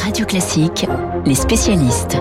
Radio Classique, les spécialistes.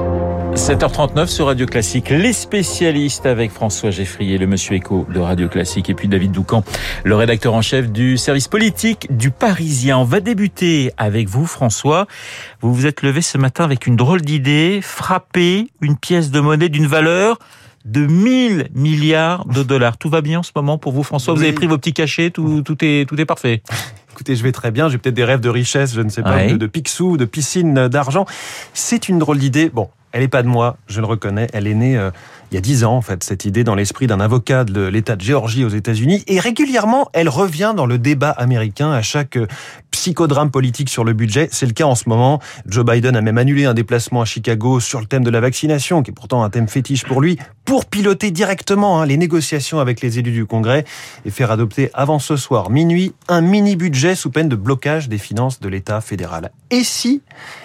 7h39 sur Radio Classique, les spécialistes avec François Geffrier, le Monsieur Écho de Radio Classique, et puis David Doucan, le rédacteur en chef du service politique du Parisien. On va débuter avec vous, François. Vous vous êtes levé ce matin avec une drôle d'idée, frapper une pièce de monnaie d'une valeur de 1000 milliards de dollars. Tout va bien en ce moment pour vous, François? Vous avez pris vos petits cachets, tout est parfait. Écoutez, je vais très bien, j'ai peut-être des rêves de richesse, je ne sais pas, de Picsou, de piscine, d'argent. C'est une drôle d'idée. Bon, elle n'est pas de moi, je le reconnais, elle est née il y a 10 ans, en fait, cette idée dans l'esprit d'un avocat de l'État de Géorgie aux États-Unis. Et régulièrement, elle revient dans le débat américain à chaque psychodrame politique sur le budget. C'est le cas en ce moment. Joe Biden a même annulé un déplacement à Chicago sur le thème de la vaccination, qui est pourtant un thème fétiche pour lui, pour piloter directement les négociations avec les élus du Congrès et faire adopter avant ce soir, minuit, un mini-budget sous peine de blocage des finances de l'État fédéral. Et si,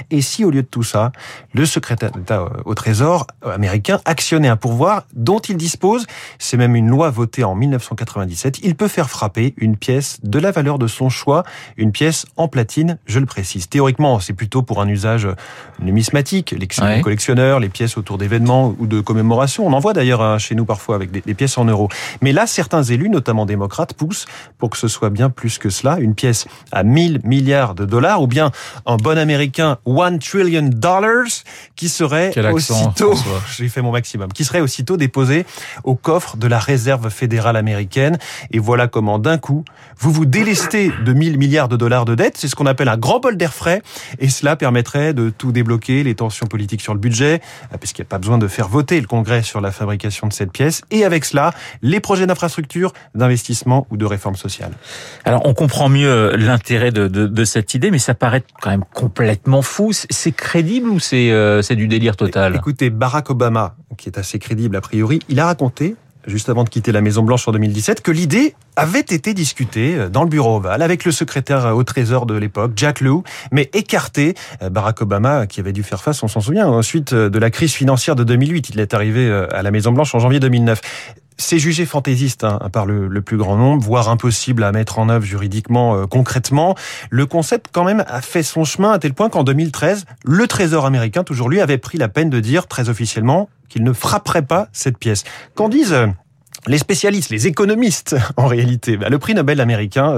au lieu de tout ça, le secrétaire d'État au Trésor américain actionnait un pourvoi dont il dispose, c'est même une loi votée en 1997, il peut faire frapper une pièce de la valeur de son choix, une pièce en platine, je le précise. Théoriquement, c'est plutôt pour un usage numismatique, les collectionneurs, les pièces autour d'événements ou de commémorations. On en voit d'ailleurs chez nous parfois avec des pièces en euros. Mais là, certains élus, notamment démocrates, poussent pour que ce soit bien plus que cela, une pièce à 1000 milliards de dollars, ou bien en bon américain, $1 trillion, qui serait aussitôt, j'ai fait mon maximum, qui serait aussitôt déposé au coffre de la réserve fédérale américaine. Et voilà comment, d'un coup, vous vous délestez de 1000 milliards de dollars de dette. C'est ce qu'on appelle un grand bol d'air frais. Et cela permettrait de tout débloquer, les tensions politiques sur le budget, parce qu'il n'y a pas besoin de faire voter le Congrès sur la fabrication de cette pièce. Et avec cela, les projets d'infrastructure, d'investissement ou de réforme sociale. Alors, on comprend mieux l'intérêt de cette idée, mais ça paraît quand même complètement fou. C'est crédible ou c'est du délire total? Écoutez, Barack Obama, qui est assez crédible a priori, il a raconté, juste avant de quitter la Maison-Blanche en 2017, que l'idée avait été discutée dans le bureau ovale avec le secrétaire au Trésor de l'époque, Jack Lew, mais écarté. Barack Obama, qui avait dû faire face, on s'en souvient, ensuite de la crise financière de 2008. Il est arrivé à la Maison-Blanche en janvier 2009. C'est jugé fantaisiste par le plus grand nombre, voire impossible à mettre en œuvre juridiquement, concrètement. Le concept, quand même, a fait son chemin à tel point qu'en 2013, le Trésor américain, toujours lui, avait pris la peine de dire, très officiellement, qu'il ne frapperait pas cette pièce. Qu'en disent les spécialistes, les économistes, en réalité? Le prix Nobel américain,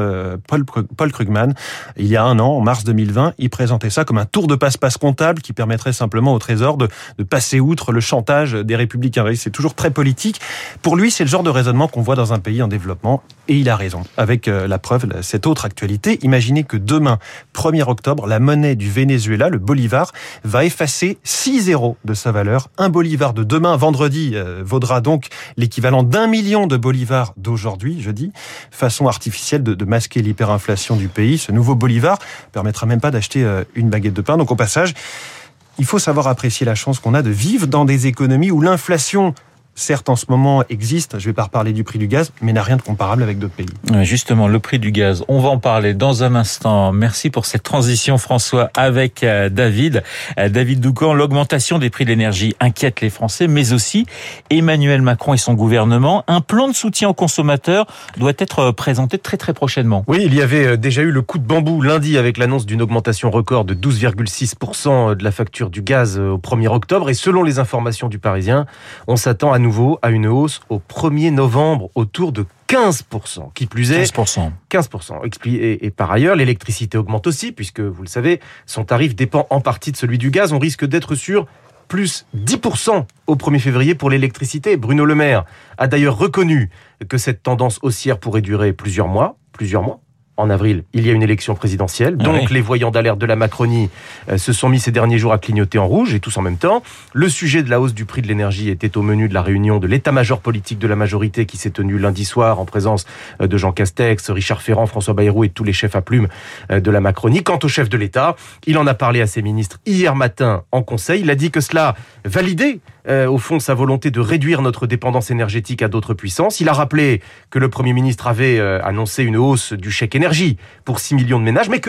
Paul Krugman, il y a un an, en mars 2020, il présentait ça comme un tour de passe-passe comptable qui permettrait simplement au Trésor de passer outre le chantage des républicains. C'est toujours très politique. Pour lui, c'est le genre de raisonnement qu'on voit dans un pays en développement. Et il a raison. Avec la preuve, cette autre actualité, imaginez que demain, 1er octobre, la monnaie du Venezuela, le bolivar, va effacer 6 zéros de sa valeur. Un bolivar de demain, vendredi, vaudra donc l'équivalent d'1 million de bolivars d'aujourd'hui, jeudi, façon artificielle de masquer l'hyperinflation du pays. Ce nouveau bolivar permettra même pas d'acheter une baguette de pain. Donc au passage, il faut savoir apprécier la chance qu'on a de vivre dans des économies où l'inflation, certes, en ce moment, existe. Je ne vais pas reparler du prix du gaz, mais n'a rien de comparable avec d'autres pays. Justement, le prix du gaz, on va en parler dans un instant. Merci pour cette transition, François, avec David. David Doucan, l'augmentation des prix de l'énergie inquiète les Français, mais aussi Emmanuel Macron et son gouvernement. Un plan de soutien aux consommateurs doit être présenté très très prochainement. Oui, il y avait déjà eu le coup de bambou lundi avec l'annonce d'une augmentation record de 12,6% de la facture du gaz au 1er octobre. Et selon les informations du Parisien, on s'attend à nouveau à une hausse au 1er novembre autour de 15%. Qui plus est, 15%. Et par ailleurs, l'électricité augmente aussi, puisque, vous le savez, son tarif dépend en partie de celui du gaz. On risque d'être sur plus 10% au 1er février pour l'électricité. Bruno Le Maire a d'ailleurs reconnu que cette tendance haussière pourrait durer plusieurs mois. En avril, il y a une élection présidentielle. Donc, les voyants d'alerte de la Macronie se sont mis ces derniers jours à clignoter en rouge, et tous en même temps. Le sujet de la hausse du prix de l'énergie était au menu de la réunion de l'état-major politique de la majorité qui s'est tenue lundi soir en présence de Jean Castex, Richard Ferrand, François Bayrou et tous les chefs à plumes de la Macronie. Quant au chef de l'État, il en a parlé à ses ministres hier matin en conseil. Il a dit que cela validait au fond sa volonté de réduire notre dépendance énergétique à d'autres puissances. Il a rappelé que le Premier ministre avait annoncé une hausse du chèque énergie pour 6 millions de ménages, mais que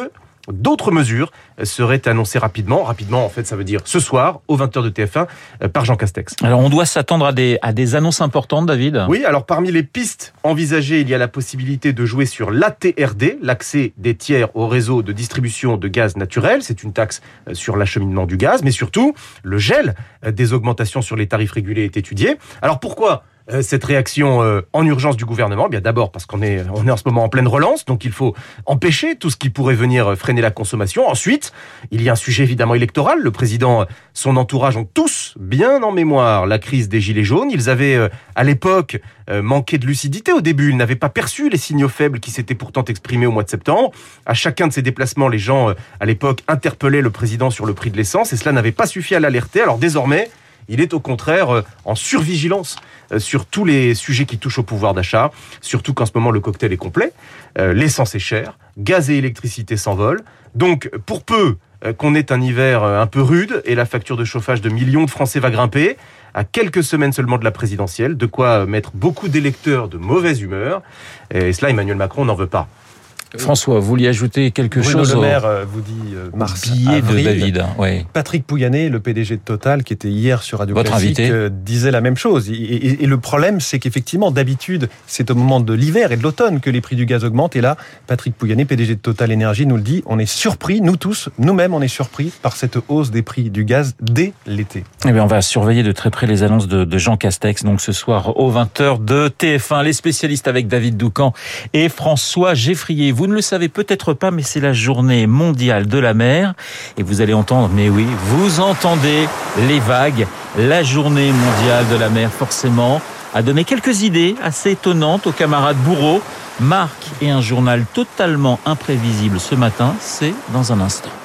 D'autres mesures seraient annoncées rapidement. Rapidement, en fait, ça veut dire ce soir, aux 20h de TF1, par Jean Castex. Alors, on doit s'attendre à des annonces importantes, David ? Oui, alors parmi les pistes envisagées, il y a la possibilité de jouer sur l'ATRD, l'accès des tiers au réseau de distribution de gaz naturel. C'est une taxe sur l'acheminement du gaz, mais surtout, le gel des augmentations sur les tarifs régulés est étudié. Alors pourquoi cette réaction en urgence du gouvernement? Bien d'abord parce qu'on est en ce moment en pleine relance, donc il faut empêcher tout ce qui pourrait venir freiner la consommation. Ensuite, il y a un sujet évidemment électoral. Le président, son entourage ont tous bien en mémoire la crise des Gilets jaunes. Ils avaient à l'époque manqué de lucidité au début. Ils n'avaient pas perçu les signaux faibles qui s'étaient pourtant exprimés au mois de septembre. À chacun de ces déplacements, les gens à l'époque interpellaient le président sur le prix de l'essence et cela n'avait pas suffi à l'alerter. Alors désormais, il est au contraire en survigilance sur tous les sujets qui touchent au pouvoir d'achat, surtout qu'en ce moment le cocktail est complet. L'essence est chère, gaz et électricité s'envolent. Donc pour peu qu'on ait un hiver un peu rude et la facture de chauffage de millions de Français va grimper, à quelques semaines seulement de la présidentielle, de quoi mettre beaucoup d'électeurs de mauvaise humeur. Et cela, Emmanuel Macron n'en veut pas. François, vous vouliez ajouter quelque chose Bruno Le Maire vous dit mars, billet avril. de David. Oui. Patrick Pouyanné, le PDG de Total, qui était hier sur Radio Votre Classique, invité. disait la même chose. Et le problème, c'est qu'effectivement, d'habitude, c'est au moment de l'hiver et de l'automne que les prix du gaz augmentent. Et là, Patrick Pouyanné, PDG de Total Énergie, nous le dit, on est surpris, nous tous, nous-mêmes, on est surpris par cette hausse des prix du gaz dès l'été. Eh bien, on va surveiller de très près les annonces de Jean Castex, donc ce soir aux 20h de TF1. Les spécialistes avec David Doucan et François Geffrier. Vous ne le savez peut-être pas, mais c'est la journée mondiale de la mer. Et vous allez entendre, mais oui, vous entendez les vagues. La journée mondiale de la mer, forcément, a donné quelques idées assez étonnantes aux camarades bourreaux. Marc et un journal totalement imprévisible ce matin, c'est dans un instant.